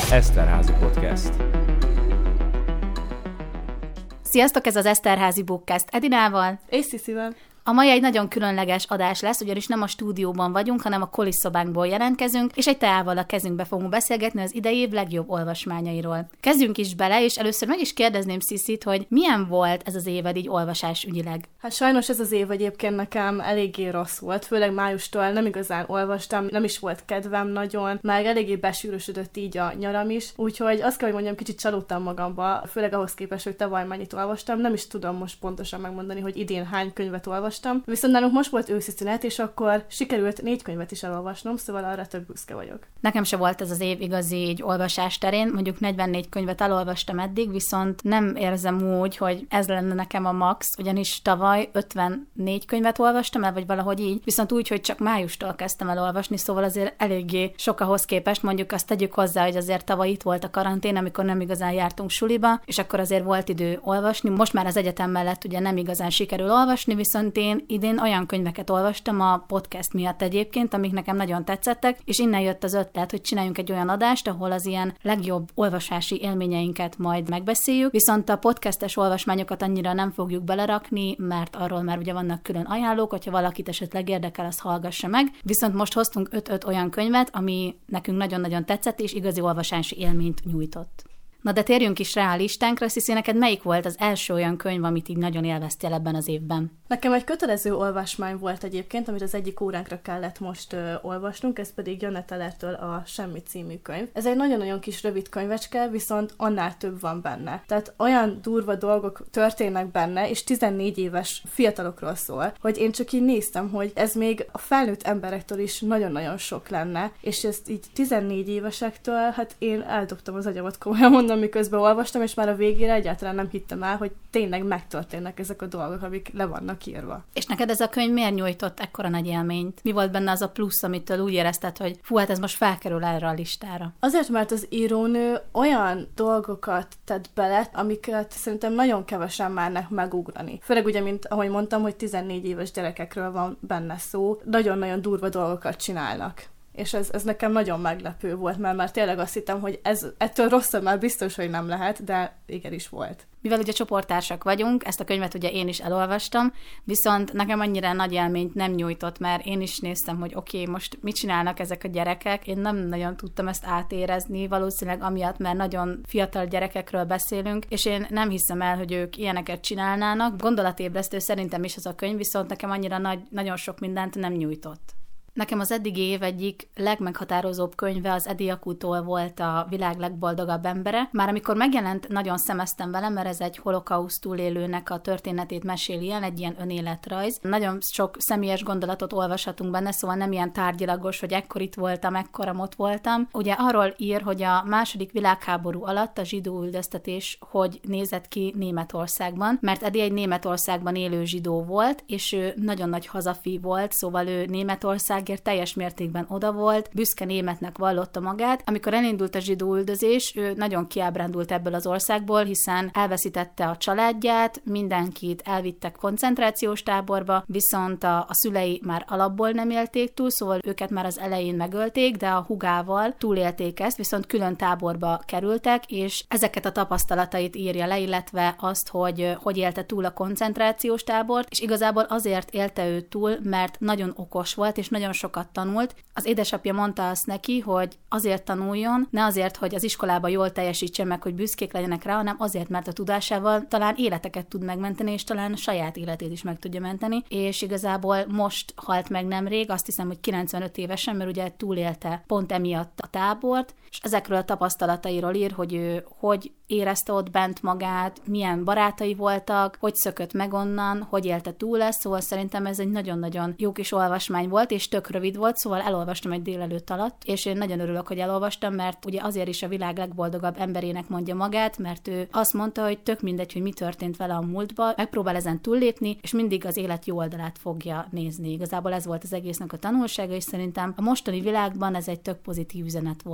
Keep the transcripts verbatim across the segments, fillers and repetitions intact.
Eszterházi Podcast. Sziasztok, ez az Eszterházi Bookcast Edinával és Sziszivel. A mai egy nagyon különleges adás lesz, ugyanis nem a stúdióban vagyunk, hanem a kolisszobánkból jelentkezünk, és egy teával a kezünkbe fogunk beszélgetni az idei év legjobb olvasmányairól. Kezdjünk is bele, és először meg is kérdezném Sziszit, hogy milyen volt ez az éved így olvasás ügyileg? Hát sajnos ez az év egyébként nekem eléggé rossz volt, főleg májustól nem igazán olvastam, nem is volt kedvem nagyon, már eléggé besűrösödött így a nyaram is, úgyhogy azt kell, hogy mondjam, kicsit csalódtam magamba, főleg ahhoz képest, hogy tavaly mennyit olvastam, nem is tudom most pontosan megmondani, hogy idén hány könyvet olvastam. Viszont nálunk most volt őszi szünet, és akkor sikerült négy könyvet is elolvasnom, szóval arra több büszke vagyok. Nekem se volt ez az év igazi így olvasás terén, mondjuk negyvennégy könyvet elolvastam eddig, viszont nem érzem úgy, hogy ez lenne nekem a max, ugyanis tavaly ötvennégy könyvet olvastam el, vagy valahogy így, viszont úgy, hogy csak májustól kezdtem el olvasni, szóval azért eléggé sok ahhoz képest, mondjuk azt tegyük hozzá, hogy azért tavaly itt volt a karantén, amikor nem igazán jártunk suliba, és akkor azért volt idő olvasni. Most már az egyetem mellett ugye nem igazán sikerül olvasni, viszont én idén olyan könyveket olvastam a podcast miatt egyébként, amik nekem nagyon tetszettek, és innen jött az ötlet, hogy csináljunk egy olyan adást, ahol az ilyen legjobb olvasási élményeinket majd megbeszéljük, viszont a podcastes olvasmányokat annyira nem fogjuk belerakni, mert arról már ugye vannak külön ajánlók, hogyha valakit esetleg érdekel, azt hallgassa meg. Viszont most hoztunk öt-öt olyan könyvet, ami nekünk nagyon-nagyon tetszett, és igazi olvasási élményt nyújtott. Na de térjünk is rá a listánkra, Sziszi, neked melyik volt az első olyan könyv, amit így nagyon élveztél ebben az évben? Nekem egy kötelező olvasmány volt egyébként, amit az egyik óránkra kellett most ö, olvasnunk, ez pedig Jönne Tellertől a Semmi című könyv. Ez egy nagyon-nagyon kis rövid könyvecske, viszont annál több van benne. Tehát olyan durva dolgok történnek benne, és tizennégy éves fiatalokról szól, hogy én csak így néztem, hogy ez még a felnőtt emberektől is nagyon-nagyon sok lenne, és ezt így tizennégy évesektől, hát én eldobtam az agyamat, komolyan mondom, miközben olvastam, és már a végére egyáltalán nem hittem el, hogy tényleg megtörténnek ezek a dolgok, amik le vannak írva. És neked ez a könyv miért nyújtott ekkora nagy élményt? Mi volt benne az a plusz, amitől úgy érezted, hogy fú, hát ez most felkerül erre a listára? Azért, mert az írónő olyan dolgokat tett bele, amiket szerintem nagyon kevesen mernek megugrani. Főleg ugye, mint ahogy mondtam, hogy tizennégy éves gyerekekről van benne szó, nagyon-nagyon durva dolgokat csinálnak. És ez, ez nekem nagyon meglepő volt, mert már tényleg azt hittem, hogy ez, ettől rosszabb már biztos, hogy nem lehet, de igenis volt. Mivel ugye csoporttársak vagyunk, ezt a könyvet ugye én is elolvastam, viszont nekem annyira nagy élményt nem nyújtott, mert én is néztem, hogy oké, okay, most mit csinálnak ezek a gyerekek, én nem nagyon tudtam ezt átérezni, valószínűleg amiatt, mert nagyon fiatal gyerekekről beszélünk, és én nem hiszem el, hogy ők ilyeneket csinálnának. Gondolatébresztő szerintem is ez a könyv, viszont nekem annyira nagy, nagyon sok mindent nem nyújtott. Nekem az eddigi év egyik legmeghatározóbb könyve az Eddie Jakutól volt a Világ legboldogabb embere. Már amikor megjelent, nagyon szemeztem vele, mert ez egy holokauszt túlélőnek a történetét meséli el, egy ilyen önéletrajz. Nagyon sok személyes gondolatot olvashatunk benne, szóval nem ilyen tárgyilagos, hogy ekkor itt voltam, ekkora ott voltam. Ugye arról ír, hogy a második világháború alatt a zsidó üldöztetés hogy nézett ki Németországban, mert Eddie egy Németországban élő zsidó volt, és ő nagyon nagy hazafi volt, szóval ő Németország teljes mértékben oda volt, büszke németnek vallotta magát. Amikor elindult a zsidó üldözés, ő nagyon kiábrándult ebből az országból, hiszen elveszítette a családját, mindenkit elvittek koncentrációs táborba, viszont a, a szülei már alapból nem élték túl, szóval őket már az elején megölték, de a hugával túlélték ezt, viszont külön táborba kerültek, és ezeket a tapasztalatait írja le, illetve azt, hogy hogy élte túl a koncentrációs tábort, és igazából azért élte ő túl, mert nagyon okos volt, és nagyon sokat tanult. Az édesapja mondta azt neki, hogy azért tanuljon, ne azért, hogy az iskolában jól teljesítsen meg, hogy büszkék legyenek rá, hanem azért, mert a tudásával talán életeket tud megmenteni, és talán a saját életét is meg tudja menteni. És igazából most halt meg nemrég, azt hiszem, hogy kilencvenöt évesen, mert ugye túlélte pont emiatt a tábort, és ezekről a tapasztalatairól ír, hogy ő hogy érezte ott bent magát, milyen barátai voltak, hogy szökött meg onnan, hogy élte túl ezt, szóval szerintem ez egy nagyon-nagyon jó kis olvasmány volt, és tök rövid volt, szóval elolvastam egy délelőtt alatt, és én nagyon örülök, hogy elolvastam, mert ugye azért is a világ legboldogabb emberének mondja magát, mert ő azt mondta, hogy tök mindegy, hogy mi történt vele a múltban, megpróbál ezen túllépni, és mindig az élet jó oldalát fogja nézni. Igazából ez volt az egésznek a tanulsága, és szerintem a mostani világban ez egy tök pozitív üzenet volt.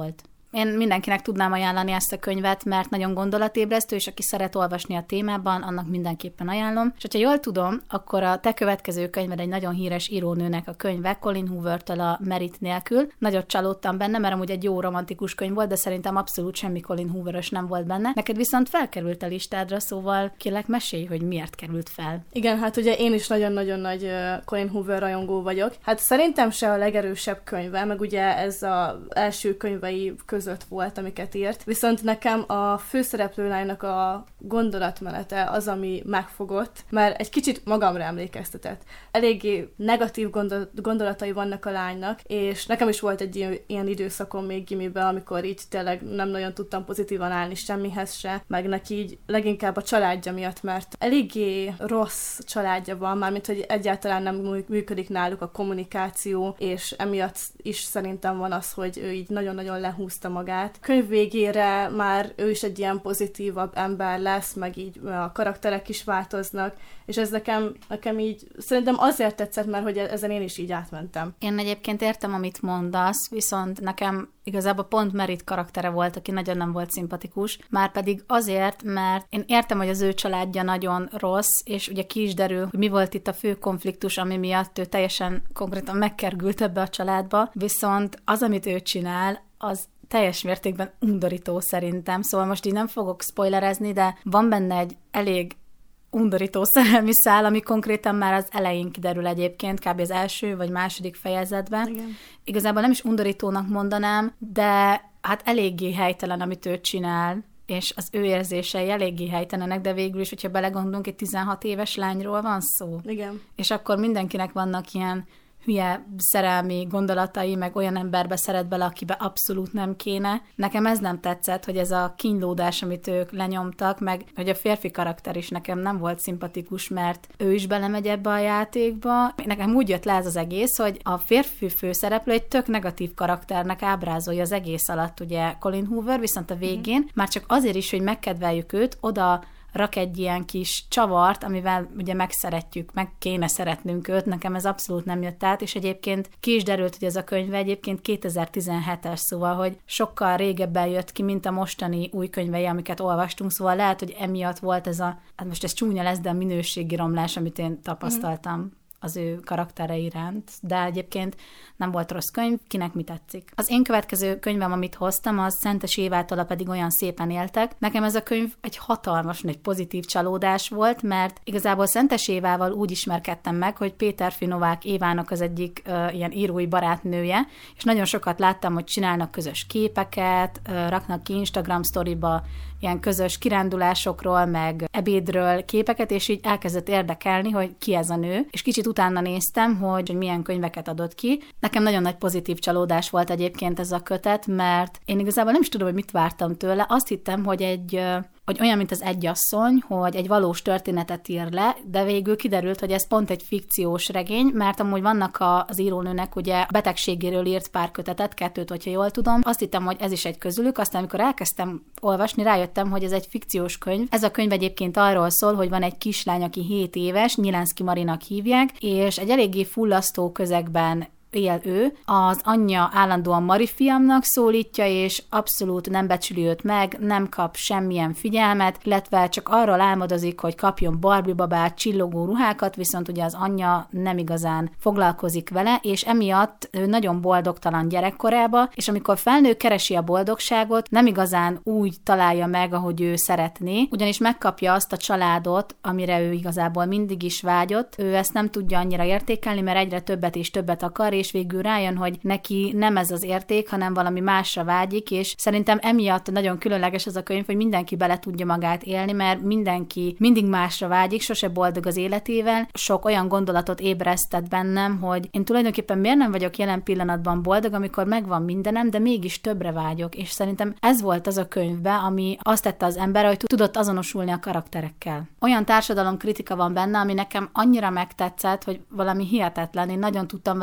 Én mindenkinek tudnám ajánlani ezt a könyvet, mert nagyon gondolatébresztő, és aki szeret olvasni a témában, annak mindenképpen ajánlom. És hogyha jól tudom, akkor a te következő könyved egy nagyon híres írónőnek a könyve, Colleen Hoovertől a Merit nélkül. Nagyot csalódtam benne, mert amúgy egy jó romantikus könyv volt, de szerintem abszolút semmi Colleen Hooveros nem volt benne. Neked viszont felkerült a listádra, szóval kérlek mesélj, hogy miért került fel. Igen, hát ugye én is nagyon-nagyon nagy uh, Colleen Hoover rajongó vagyok. Hát szerintem se a legerősebb könyve, meg ugye ez az első könyvei között volt, amiket írt. Viszont nekem a főszereplőlánynak a gondolatmenete az, ami megfogott, mert egy kicsit magamra emlékeztetett. Eléggé negatív gondol- gondolatai vannak a lánynak, és nekem is volt egy ilyen, ilyen időszakom még gimiben, amikor így tényleg nem nagyon tudtam pozitívan állni semmihez se, meg neki így leginkább a családja miatt, mert eléggé rossz családja van, mármint, hogy egyáltalán nem működik náluk a kommunikáció, és emiatt is szerintem van az, hogy ő így nagyon-nagyon lehúzta magát. Könyv végére már ő is egy ilyen pozitívabb ember lesz, meg így a karakterek is változnak, és ez nekem, nekem így szerintem azért tetszett, mert hogy ezen én is így átmentem. Én egyébként értem, amit mondasz, viszont nekem igazából pont Merit karaktere volt, aki nagyon nem volt szimpatikus, már pedig azért, mert én értem, hogy az ő családja nagyon rossz, és ugye ki is derül, hogy mi volt itt a fő konfliktus, ami miatt ő teljesen konkrétan megkergült ebbe a családba, viszont az, amit ő csinál, az teljes mértékben undorító szerintem, szóval most így nem fogok spoilerezni, de van benne egy elég undorító szerelmi szál, ami konkrétan már az elején kiderül egyébként, kb. Az első vagy második fejezetben. Igen. Igazából nem is undorítónak mondanám, de hát eléggé helytelen, amit ő csinál, és az ő érzései eléggé helytelenek, de végül is, hogyha belegondolunk, egy tizenhat éves lányról van szó. Igen. És akkor mindenkinek vannak ilyen hülye szerelmi gondolatai, meg olyan emberbe szeret bele, akibe abszolút nem kéne. Nekem ez nem tetszett, hogy ez a kínlódás, amit ők lenyomtak, meg hogy a férfi karakter is nekem nem volt szimpatikus, mert ő is belemegy ebbe a játékba. Nekem úgy jött le ez az egész, hogy a férfi főszereplő egy tök negatív karakternek ábrázolja az egész alatt, ugye Colleen Hoover, viszont a végén mm. már csak azért is, hogy megkedveljük őt, oda rak egy ilyen kis csavart, amivel ugye megszeretjük, meg kéne szeretnünk őt, nekem ez abszolút nem jött át, és egyébként ki is derült, hogy ez a könyve egyébként kétezer-tizenhetes, szóval, hogy sokkal régebben jött ki, mint a mostani új könyvei, amiket olvastunk, szóval lehet, hogy emiatt volt ez a, hát most ez csúnya lesz, de a minőségi romlás, amit én tapasztaltam. Mm. az ő karaktere iránt, de egyébként nem volt rossz könyv, kinek mi tetszik. Az én következő könyvem, amit hoztam, az Szentes Évától, pedig olyan szépen éltek. Nekem ez a könyv egy hatalmas, egy pozitív csalódás volt, mert igazából Szentes Évával úgy ismerkedtem meg, hogy Péterfi Novák Évának az egyik uh, ilyen írói barátnője, és nagyon sokat láttam, hogy csinálnak közös képeket, uh, raknak ki Instagram sztoriba ilyen közös kirándulásokról, meg ebédről képeket, és így elkezdett érdekelni, hogy ki ez a nő, és kicsit utána néztem, hogy, hogy milyen könyveket adott ki. Nekem nagyon nagy pozitív csalódás volt egyébként ez a kötet, mert én igazából nem is tudom, hogy mit vártam tőle. Azt hittem, hogy egy hogy olyan, mint az Egyasszony, hogy egy valós történetet ír le, de végül kiderült, hogy ez pont egy fikciós regény, mert amúgy vannak a, az írónőnek ugye a betegségéről írt pár kötetet, kettőt, hogyha jól tudom. Azt hittem, hogy ez is egy közülük, aztán amikor elkezdtem olvasni, rájöttem, hogy ez egy fikciós könyv. Ez a könyv egyébként arról szól, hogy van egy kislány, aki hét éves, Nyilenszky Marinak hívják, és egy eléggé fullasztó közegben él ő. Az anyja állandóan Mari fiamnak szólítja, és abszolút nem becsüli őt meg, nem kap semmilyen figyelmet, illetve csak arról álmodozik, hogy kapjon Barbie babát, csillogó ruhákat, viszont ugye az anyja nem igazán foglalkozik vele, és emiatt ő nagyon boldogtalan gyerekkorába, és amikor felnő, keresi a boldogságot, nem igazán úgy találja meg, ahogy ő szeretné, ugyanis megkapja azt a családot, amire ő igazából mindig is vágyott. Ő ezt nem tudja annyira értékelni, mert egyre többet és többet akar, és végül rájön, hogy neki nem ez az érték, hanem valami másra vágyik, és szerintem emiatt nagyon különleges ez a könyv, hogy mindenki bele tudja magát élni, mert mindenki mindig másra vágyik, sose boldog az életével. Sok olyan gondolatot ébresztett bennem, hogy én tulajdonképpen miért nem vagyok jelen pillanatban boldog, amikor megvan mindenem, de mégis többre vágyok, és szerintem ez volt az a könyvbe, ami azt tette az ember, hogy tudott azonosulni a karakterekkel. Olyan társadalomkritika van benne, ami nekem annyira megtetszett, hogy valami hihetetlen, én nagyon tudtam vele azonosulni,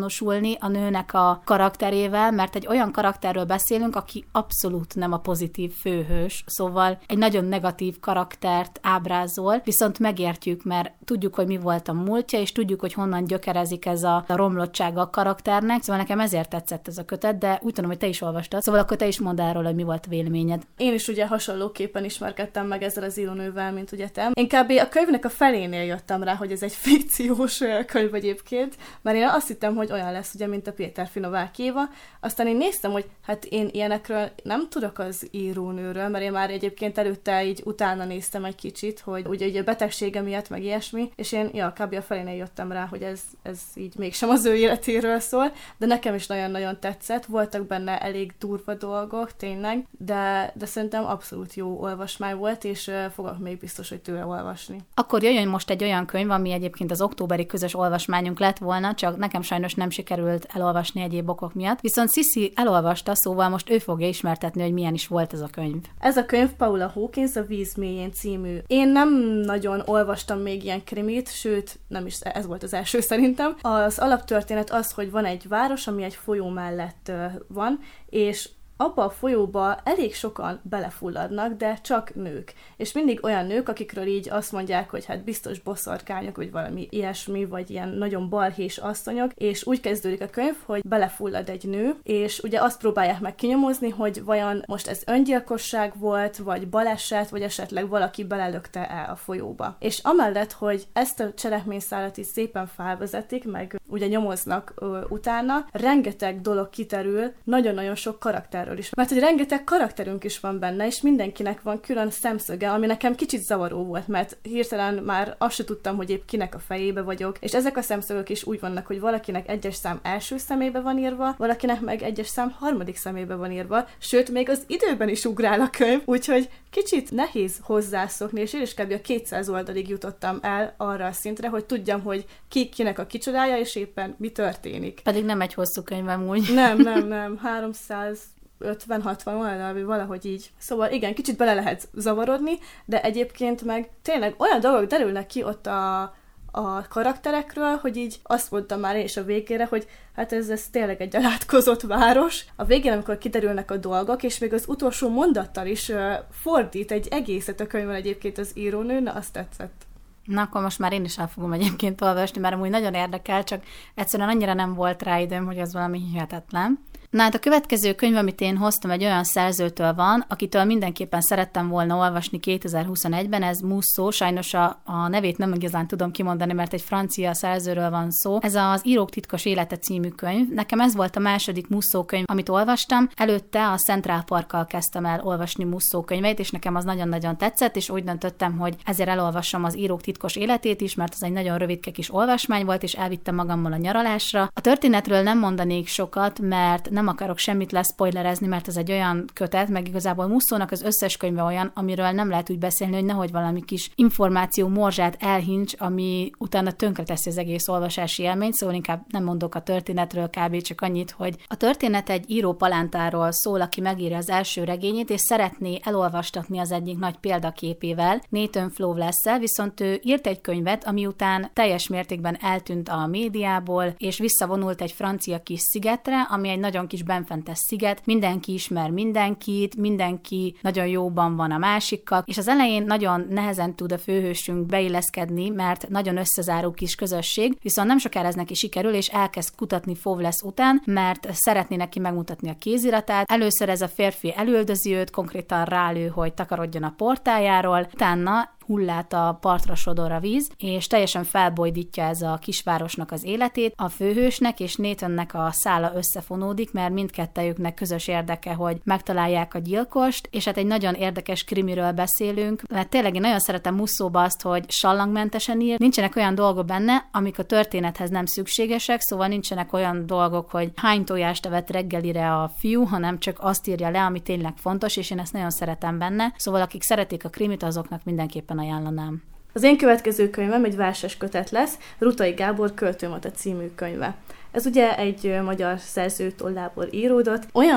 azonosulni a nőnek a karakterével, mert egy olyan karakterről beszélünk, aki abszolút nem a pozitív főhős, szóval egy nagyon negatív karaktert ábrázol, viszont megértjük, mert tudjuk, hogy mi volt a múltja, és tudjuk, hogy honnan gyökerezik ez a romlottsága a karakternek, szóval nekem ezért tetszett ez a kötet, de úgy tudom, hogy te is olvastad, szóval akkor te is mondd erről, hogy mi volt a véleményed. Én is ugye hasonlóképpen ismerkedtem meg ezzel az írónővel, mint ugye te. Én kb. A könyvnek a felénél jöttem rá, hogy ez egy fikciós könyv egyébként, mert én azt hittem, hogy olyan lesz, ugye, mint a Péter Finovákéva. Aztán én néztem, hogy hát én ilyenekről nem tudok az írónőről, mert én már egyébként előtte így utána néztem egy kicsit, hogy ugye, ugye a betegsége miatt, meg ilyesmi, és én ja, kb. A felénél jöttem rá, hogy ez, ez így mégsem az ő életéről szól, de nekem is nagyon-nagyon tetszett, voltak benne elég durva dolgok, tényleg, de, de szerintem abszolút jó olvasmány volt, és uh, fogok még biztos, hogy tőle olvasni. Akkor jöjjön most egy olyan könyv, ami egyébként az októberi közös olvasmányunk lett volna, csak nekem sajnos nem sikerült elolvasni egyéb okok miatt. Viszont Sisi elolvasta, szóval most ő fogja ismertetni, hogy milyen is volt ez a könyv. Ez a könyv Paula Hawkins, a Víz mélyén című. Én nem nagyon olvastam még ilyen krimit, sőt, nem is ez volt az első szerintem. Az alaptörténet az, hogy van egy város, ami egy folyó mellett uh, van, és abba a folyóba elég sokan belefulladnak, de csak nők. És mindig olyan nők, akikről így azt mondják, hogy hát biztos boszorkányok, vagy valami ilyesmi, vagy ilyen nagyon balhés asszonyok, és úgy kezdődik a könyv, hogy belefullad egy nő, és ugye azt próbálják meg kinyomozni, hogy vajon most ez öngyilkosság volt, vagy baleset, vagy esetleg valaki belelökte el a folyóba. És amellett, hogy ezt a cselekményszálat is szépen felvezetik, meg ugye nyomoznak ö, utána, rengeteg dolog kiterül, nagyon-nagyon sok karakter is. Mert hogy rengeteg karakterünk is van benne, és mindenkinek van külön szemszöge, ami nekem kicsit zavaró volt, mert hirtelen már azt se tudtam, hogy épp kinek a fejébe vagyok, és ezek a szemszögök is úgy vannak, hogy valakinek egyes szám első szemébe van írva, valakinek meg egyes szám harmadik szemébe van írva, sőt, még az időben is ugrál a könyv, úgyhogy kicsit nehéz hozzászokni, és én is kb. A kétszáz oldalig jutottam el arra a szintre, hogy tudjam, hogy ki kinek a kicsodája, és éppen mi történik. Pedig nem egy hosszú könyv amúgy. Nem, nem, nem, háromszáz ötven-hatvan oldal, valahogy így. Szóval igen, kicsit bele lehet zavarodni, de egyébként meg tényleg olyan dolgok derülnek ki ott a, a karakterekről, hogy így azt mondtam már én is a végére, hogy hát ez, ez tényleg egy elátkozott város. A végén, amikor kiderülnek a dolgok, és még az utolsó mondattal is uh, fordít egy egészet a könyvben egyébként az írónő, na azt tetszett. Na, akkor most már én is el fogom egyébként olvasni, mert amúgy nagyon érdekel, csak egyszerűen annyira nem volt rá időm, hogy az valami hihetetlen. Na hát a következő könyv, amit én hoztam, egy olyan szerzőtől van, akitől mindenképpen szerettem volna olvasni kétezer-huszonegyben, ez Musso, sajnos a, a nevét nem igazán tudom kimondani, mert egy francia szerzőről van szó. Ez az Írók titkos élete című könyv. Nekem ez volt a második Musso könyv, amit olvastam. Előtte a Central Parkkal kezdtem el olvasni Musso könyveit, és nekem az nagyon-nagyon tetszett, és úgy döntöttem, hogy ezért elolvasom az Írók titkos életét is, mert az egy nagyon rövidke kis olvasmány volt, és elvittem magammal a nyaralásra. A történetről nem mondanék sokat, mert nem akarok semmit leszpoilerezni, mert ez egy olyan kötet, meg igazából Mussónak az összes könyve olyan, amiről nem lehet úgy beszélni, hogy nehogy valami kis információ morzsát elhincs, ami utána tönkreteszi az egész olvasási élményt, szóval inkább nem mondok a történetről kb. Csak annyit, hogy a történet egy író palántáról szól, aki megírja az első regényét, és szeretné elolvastatni az egyik nagy példaképével, Nathan Flowless-szel, viszont ő írt egy könyvet, ami után teljes mértékben eltűnt a médiából, és visszavonult egy francia kis szigetre, ami egy nagyon kis benfentes sziget, mindenki ismer mindenkit, mindenki nagyon jóban van a másikkal, és az elején nagyon nehezen tud a főhősünk beilleszkedni, mert nagyon összezáró kis közösség, viszont nem sokára ez neki sikerül, és elkezd kutatni Flowless után, mert szeretné neki megmutatni a kéziratát. Először ez a férfi elüldözi őt, konkrétan rálő, hogy takarodjon a portájáról, utána hullát a partra sodor a víz, és teljesen felbojdítja ez a kisvárosnak az életét. A főhősnek és Nathannek a szála összefonódik, mert mindkettejüknek közös érdeke, hogy megtalálják a gyilkost, és hát egy nagyon érdekes krimiről beszélünk, mert tényleg én nagyon szeretem Mussóba azt, hogy sallangmentesen ír, nincsenek olyan dolgok benne, amik a történethez nem szükségesek, szóval nincsenek olyan dolgok, hogy hány tojást evett reggelire a fiú, hanem csak azt írja le, ami tényleg fontos, és én ezt nagyon szeretem benne, szóval akik szeretik a krimit, azoknak mindenképpen ajánlanám. Az én következő könyvem egy verses kötet lesz, Rutai Gábor Költőmata című könyve. Ez ugye egy magyar szerző tollából íródott. Olyan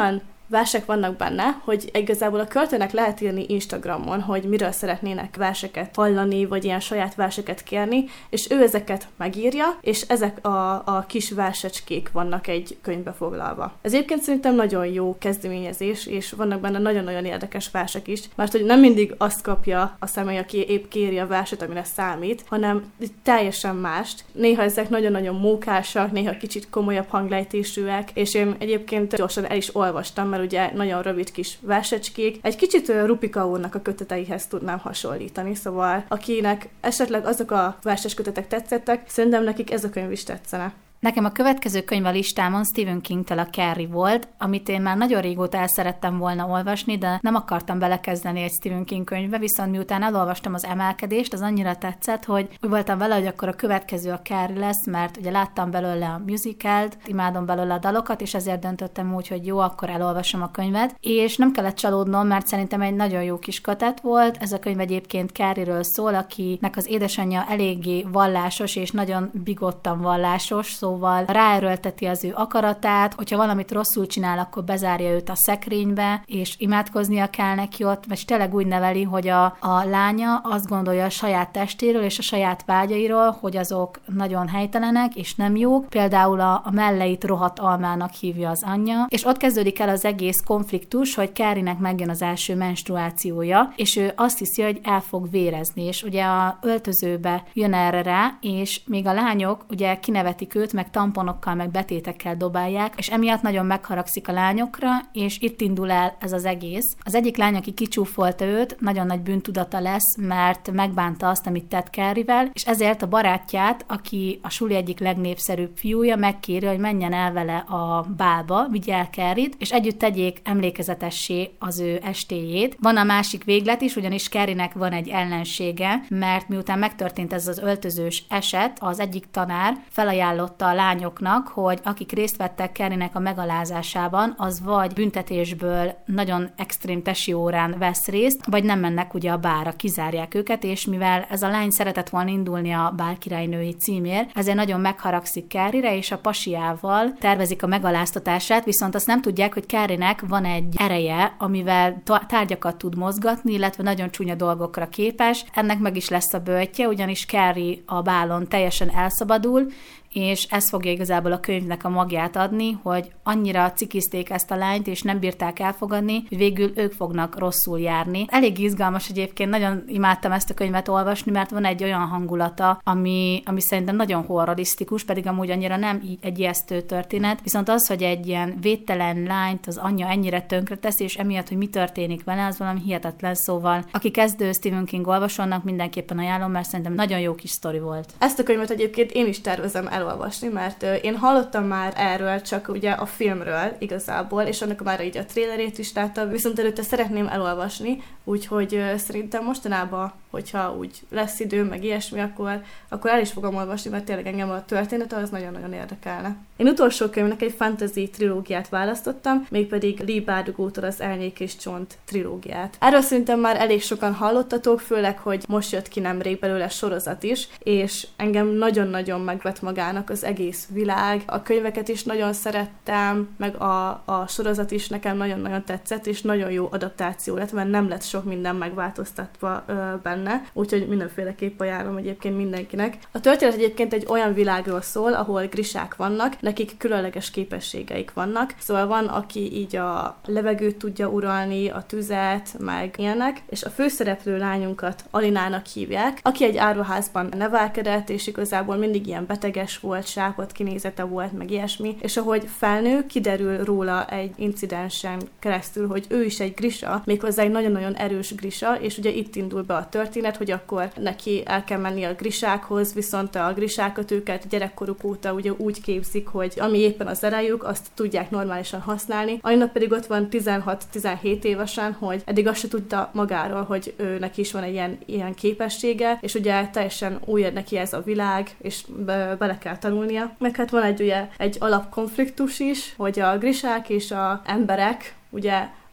versek vannak benne, hogy igazából a költőnek lehet írni Instagramon, hogy miről szeretnének verseket hallani, vagy ilyen saját verseket kérni, és ő ezeket megírja, és ezek a, a kis versecskék vannak egy könyvbe foglalva. Ez egyébként szerintem nagyon jó kezdeményezés, és vannak benne nagyon-nagyon érdekes versek is, mert hogy nem mindig azt kapja a személy, aki épp kéri a verset, amire számít, hanem teljesen mást. Néha ezek nagyon-nagyon mókásak, néha kicsit komolyabb hanglejtésűek, és én egyébként gyorsan el is olvastam, mert ugye nagyon rövid kis versecskék. Egy kicsit Rupi Kaurnak a köteteihez tudnám hasonlítani, szóval akinek esetleg azok a verses kötetek tetszettek, szerintem nekik ez a könyv is tetszene. Nekem a következő könyv a listámon Stephen Kingtől a Carrie volt, amit én már nagyon régóta el szerettem volna olvasni, de nem akartam belekezdeni egy Stephen King könyvbe, viszont miután elolvastam az Emelkedést, az annyira tetszett, hogy úgy voltam vele, hogy akkor a következő a Carrie lesz, mert ugye láttam belőle a musicalt, imádom belőle a dalokat, és ezért döntöttem úgy, hogy jó, akkor elolvasom a könyvet, és nem kellett csalódnom, mert szerintem egy nagyon jó kis kötet volt. Ez a könyv egyébként Carrie-ről szól, akinek az édesanyja eléggé vallásos, és nagyon bigottan vallásos, szó szóval ráerőlteti az ő akaratát, hogyha valamit rosszul csinál, akkor bezárja őt a szekrénybe, és imádkoznia kell neki ott, vagy tényleg úgy neveli, hogy a, a lánya azt gondolja a saját testéről és a saját vágyairól, hogy azok nagyon helytelenek és nem jók. Például a, a melleit rohadt almának hívja az anyja, és ott kezdődik el az egész konfliktus, hogy Carrie-nek megjön az első menstruációja, és ő azt hiszi, hogy el fog vérezni, és ugye a öltözőbe jön erre rá, és még a lányok ugye kinevetik őt, meg tamponokkal, meg betétekkel dobálják, és emiatt nagyon megharagszik a lányokra, és itt indul el ez az egész. Az egyik lány, aki kicsúfolta őt, nagyon nagy bűntudata lesz, mert megbánta azt, amit tett Carrie-vel, és ezért a barátját, aki a suli egyik legnépszerűbb fiúja, megkéri, hogy menjen el vele a bálba, vigye el Carrie-t, és együtt tegyék emlékezetessé az ő estéjét. Van a másik véglet is, ugyanis Carrie-nek van egy ellensége, mert miután megtörtént ez az öltözős eset, az egyik tanár felajánlotta a lányoknak, hogy akik részt vettek Carrie-nek a megalázásában, az vagy büntetésből nagyon extrém tesi órán vesz részt, vagy nem mennek ugye a bálra, kizárják őket, és mivel ez a lány szeretett volna indulni a bálkirálynői címért, ezért nagyon megharagszik Carrie-re, és a pasiával tervezik a megaláztatását, viszont azt nem tudják, hogy Carrie-nek van egy ereje, amivel tárgyakat tud mozgatni, illetve nagyon csúnya dolgokra képes. Ennek meg is lesz a böjtje, ugyanis Carrie a bálon teljesen elszabadul, és ez fogja igazából a könyvnek a magját adni, hogy annyira cikizték ezt a lányt, és nem bírták elfogadni, hogy végül ők fognak rosszul járni. Elég izgalmas egyébként, nagyon imádtam ezt a könyvet olvasni, mert van egy olyan hangulata, ami, ami szerintem nagyon horrorisztikus, pedig amúgy annyira nem egy ijesztő történet, viszont az, hogy egy ilyen védtelen lányt az anyja ennyire tönkretesz, és emiatt, hogy mi történik vele, az valami hihetetlen, szóval aki kezdő Stephen King olvasónak, mindenképpen ajánlom, mert szerintem nagyon jó kis sztori volt. Ezt a könyvet egyébként én is tervezem el olvasni, mert én hallottam már erről, csak ugye a filmről igazából, és annak már így a trailerét is láttam, viszont előtte szeretném elolvasni, úgyhogy szerintem mostanában, hogyha úgy lesz idő, meg ilyesmi, akkor, akkor el is fogom olvasni, mert tényleg engem a történet az nagyon-nagyon érdekelne. Én utolsó könyvnek egy fantasy trilógiát választottam, mégpedig Leigh Bardugo-tól az Elnyék és Csont trilógiát. Erről szerintem már elég sokan hallottatok, főleg, hogy most jött ki nemrég belőle sorozat is, és engem nagyon-nagyon megvett magának az egész világ. A könyveket is nagyon szerettem, meg a, a sorozat is nekem nagyon-nagyon tetszett, és nagyon jó adaptáció lett, mert nem lett sok minden megváltoztatva ö, benne, úgyhogy mindenféleképp ajánlom egyébként mindenkinek. A történet egyébként egy olyan világról szól, ahol grisák vannak, nekik különleges képességeik vannak, szóval van, aki így a levegőt tudja uralni, a tüzet, meg ilyenek, és a főszereplő lányunkat Alinának hívják, aki egy áruházban nevelkedett, és igazából mindig ilyen beteges volt, sápadt kinézete volt, meg ilyesmi, és ahogy felnő, kiderül róla egy incidensen keresztül, hogy ő is egy grisa, méghozzá egy nagyon-nagyon erős grisa, és ugye itt indul be a történet, hogy akkor neki el kell menni a grisákhoz, viszont a grisákat őket gyerekkoruk óta ugye úgy képzik, hogy ami éppen az erejük, azt tudják normálisan használni. Annak pedig ott van tizenhat-tizenhét évesen, hogy eddig azt se tudta magáról, hogy ő neki is van egy ilyen, ilyen képessége, és ugye teljesen új neki ez a világ, és be, bele kell tanulnia. Meg hát van egy ugye egy alapkonfliktus is, hogy a grisák és a emberek ugye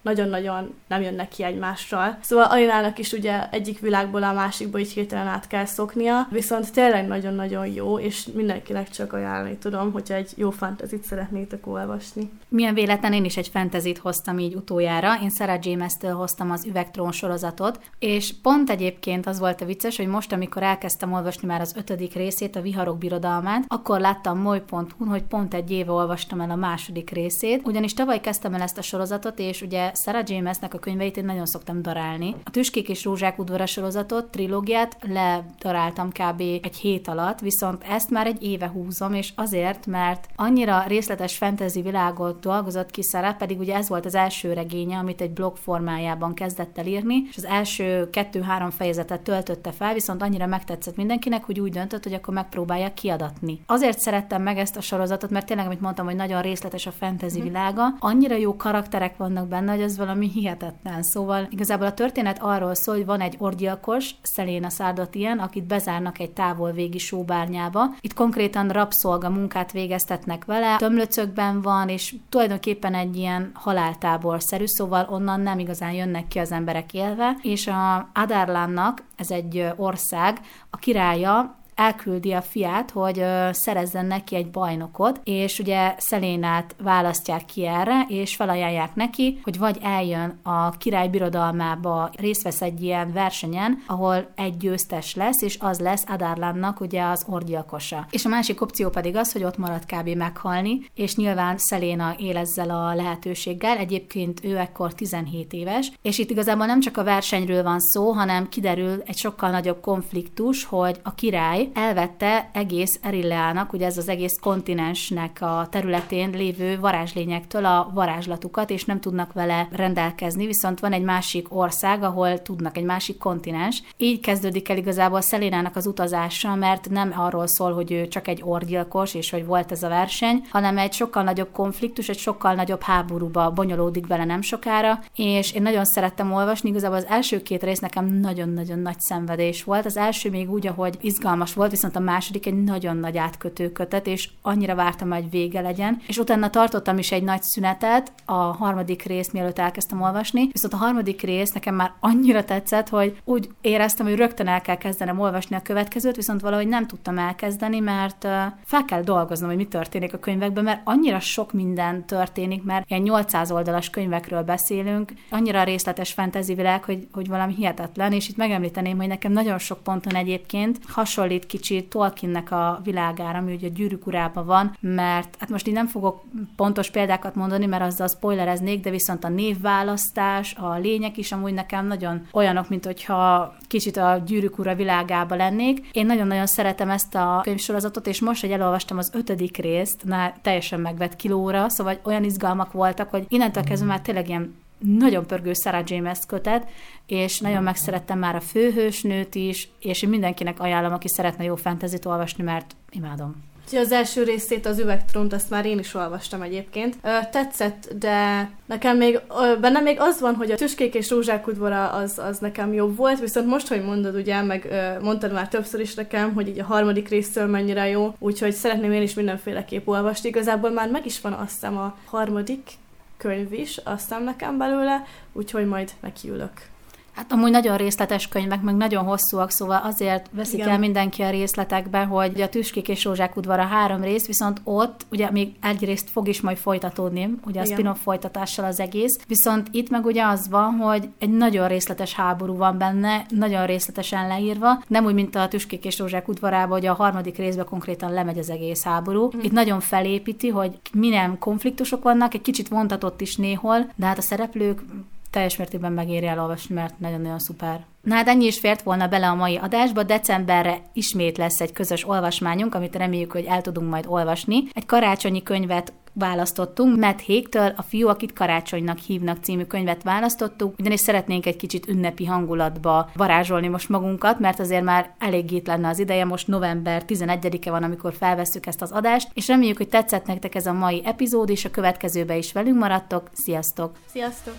nagyon-nagyon nem jönnek ki egymással. Szóval Alinának is ugye egyik világból a másikba így hirtelen át kell szoknia, viszont tényleg nagyon-nagyon jó, és mindenkinek csak ajánlani tudom, hogyha egy jó fantasyt szeretnétek olvasni. Milyen véletlen, én is egy fantasyt hoztam így utoljára. Én Sarah James-től hoztam az Üvegtrón sorozatot, és pont egyébként az volt a vicces, hogy most, amikor elkezdtem olvasni már az ötödik részét, a Viharok birodalmát, akkor láttam moly pont hu-n, hogy pont egy éve olvastam el a második részét, ugyanis tavaly kezdtem el ezt a sorozatot, és ugye Sarah Jamesnek a könyveit én nagyon szoktam darálni. A Tüskék és Rózsák udvara sorozatot, trilógiát ledaráltam kb. Egy hét alatt, viszont ezt már egy éve húzom, és azért, mert annyira részletes fantasy világot dolgozott ki Sarah, pedig ugye ez volt az első regénye, amit egy blog formájában kezdett el írni, és az első kettő-három fejezetet töltötte fel, viszont annyira megtetszett mindenkinek, hogy úgy döntött, hogy akkor megpróbálja kiadatni. Azért szerettem meg ezt a sorozatot, mert tényleg, amit mondtam, hogy nagyon részletes a fantasy mm. világa, annyira jó karakterek vannak benne, hogy ez valami hihetetlen. Szóval igazából a történet arról szól, hogy van egy orgyilkos, Selena Sardothien, akit bezárnak egy távolvégi sóbárnyába. Itt konkrétan rabszolga munkát végeztetnek vele, tömlöcökben van, és tulajdonképpen egy ilyen haláltáborszerű, szóval onnan nem igazán jönnek ki az emberek élve, és a Adarlannak, ez egy ország, a királya elküldi a fiát, hogy ö, szerezzen neki egy bajnokot, és ugye Szelénát választják ki erre, és felajánlják neki, hogy vagy eljön a király birodalmába, részt vesz egy ilyen versenyen, ahol egy győztes lesz, és az lesz Adarlannak ugye az orgyilkosa. És a másik opció pedig az, hogy ott marad kb. Meghalni, és nyilván Szeléna él ezzel a lehetőséggel, egyébként ő ekkor tizenhét éves, és itt igazából nem csak a versenyről van szó, hanem kiderül egy sokkal nagyobb konfliktus, hogy a király elvette egész Erilleának, ugye ez az egész kontinensnek a területén lévő varázslényektől a varázslatukat, és nem tudnak vele rendelkezni, viszont van egy másik ország, ahol tudnak, egy másik kontinens. Így kezdődik el igazából Szelénának az utazása, mert nem arról szól, hogy ő csak egy orgyilkos, és hogy volt ez a verseny, hanem egy sokkal nagyobb konfliktus, egy sokkal nagyobb háborúba bonyolódik bele nem sokára, és én nagyon szerettem olvasni, igazából az első két rész nekem nagyon-nagyon nagy szenvedés volt. Az első még úgy, ahogy izgalmas volt, viszont a második egy nagyon nagy átkötő kötet, és annyira vártam, hogy vége legyen. És utána tartottam is egy nagy szünetet, a harmadik részt, mielőtt elkezdtem olvasni, viszont a harmadik rész nekem már annyira tetszett, hogy úgy éreztem, hogy rögtön el kell kezdenem olvasni a következőt, viszont valahogy nem tudtam elkezdeni, mert fel kell dolgoznom, hogy mi történik a könyvekben, mert annyira sok minden történik, mert ilyen nyolcszáz oldalas könyvekről beszélünk, annyira részletes fantasy világ, hogy, hogy valami hihetetlen, és itt megemlíteném, hogy nekem nagyon sok ponton egyébként hasonlít kicsit Tolkiennek a világára, ami ugye a Gyűrűk urában van, mert hát most így nem fogok pontos példákat mondani, mert azzal spoilereznék, de viszont a névválasztás, a lények is amúgy nekem nagyon olyanok, mint hogyha kicsit a Gyűrűk ura világába lennék. Én nagyon-nagyon szeretem ezt a könyvsorozatot, és most, hogy elolvastam az ötödik részt, na, teljesen megvett kilóra, szóval olyan izgalmak voltak, hogy innentől kezdve már tényleg ilyen nagyon pörgő Sarah James kötet, és nagyon megszerettem már a főhősnőt is, és én mindenkinek ajánlom, aki szeretne jó fantasyt olvasni, mert imádom. Az első részét, az Üvegtrónt, azt már én is olvastam egyébként. Tetszett, de nekem még, bennem még az van, hogy a Tüskék és Rózsák udvara az, az nekem jobb volt, viszont most, hogy mondod, ugye, meg mondtad már többször is nekem, hogy így a harmadik résztől mennyire jó, úgyhogy szeretném én is mindenféleképp olvasni. Igazából már meg is van, azt hiszem, a harmadik könyv is, azt hiszem nekem belőle, úgyhogy majd nekiülök. Hát amúgy nagyon részletes könyvek, meg nagyon hosszúak, szóval azért veszik Igen. el mindenki a részletekbe, hogy a Tüskék és Rózsák udvara három rész, viszont ott ugye még egy részt fog is majd folytatódni, ugye a Igen. spin-off folytatással az egész, viszont itt meg ugye az van, hogy egy nagyon részletes háború van benne, nagyon részletesen leírva, nem úgy, mint a Tüskék és Rózsák udvarában, hogy a harmadik részben konkrétan lemegy az egész háború. Mm. Itt nagyon felépíti, hogy milyen konfliktusok vannak, egy kicsit vontatott is néhol, de hát a szereplők teljes mértékben megéri elolvasni, mert nagyon-nagyon szuper. Na hát ennyi is fért volna bele a mai adásba. Decemberre ismét lesz egy közös olvasmányunk, amit reméljük, hogy el tudunk majd olvasni. Egy karácsonyi könyvet választottunk, Matt Haig-től, A fiú, akit karácsonynak hívnak című könyvet választottuk, ugyanis szeretnénk egy kicsit ünnepi hangulatba varázsolni most magunkat, mert azért már eléggé itt lenne az ideje, most november tizenegyedike van, amikor felvesszük ezt az adást, és reméljük, hogy tetszett nektek ez a mai epizód, és a következőben is velünk maradtok. Sziasztok! Sziasztok!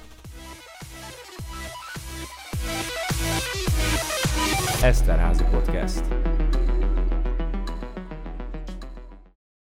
Eszterházi Podcast.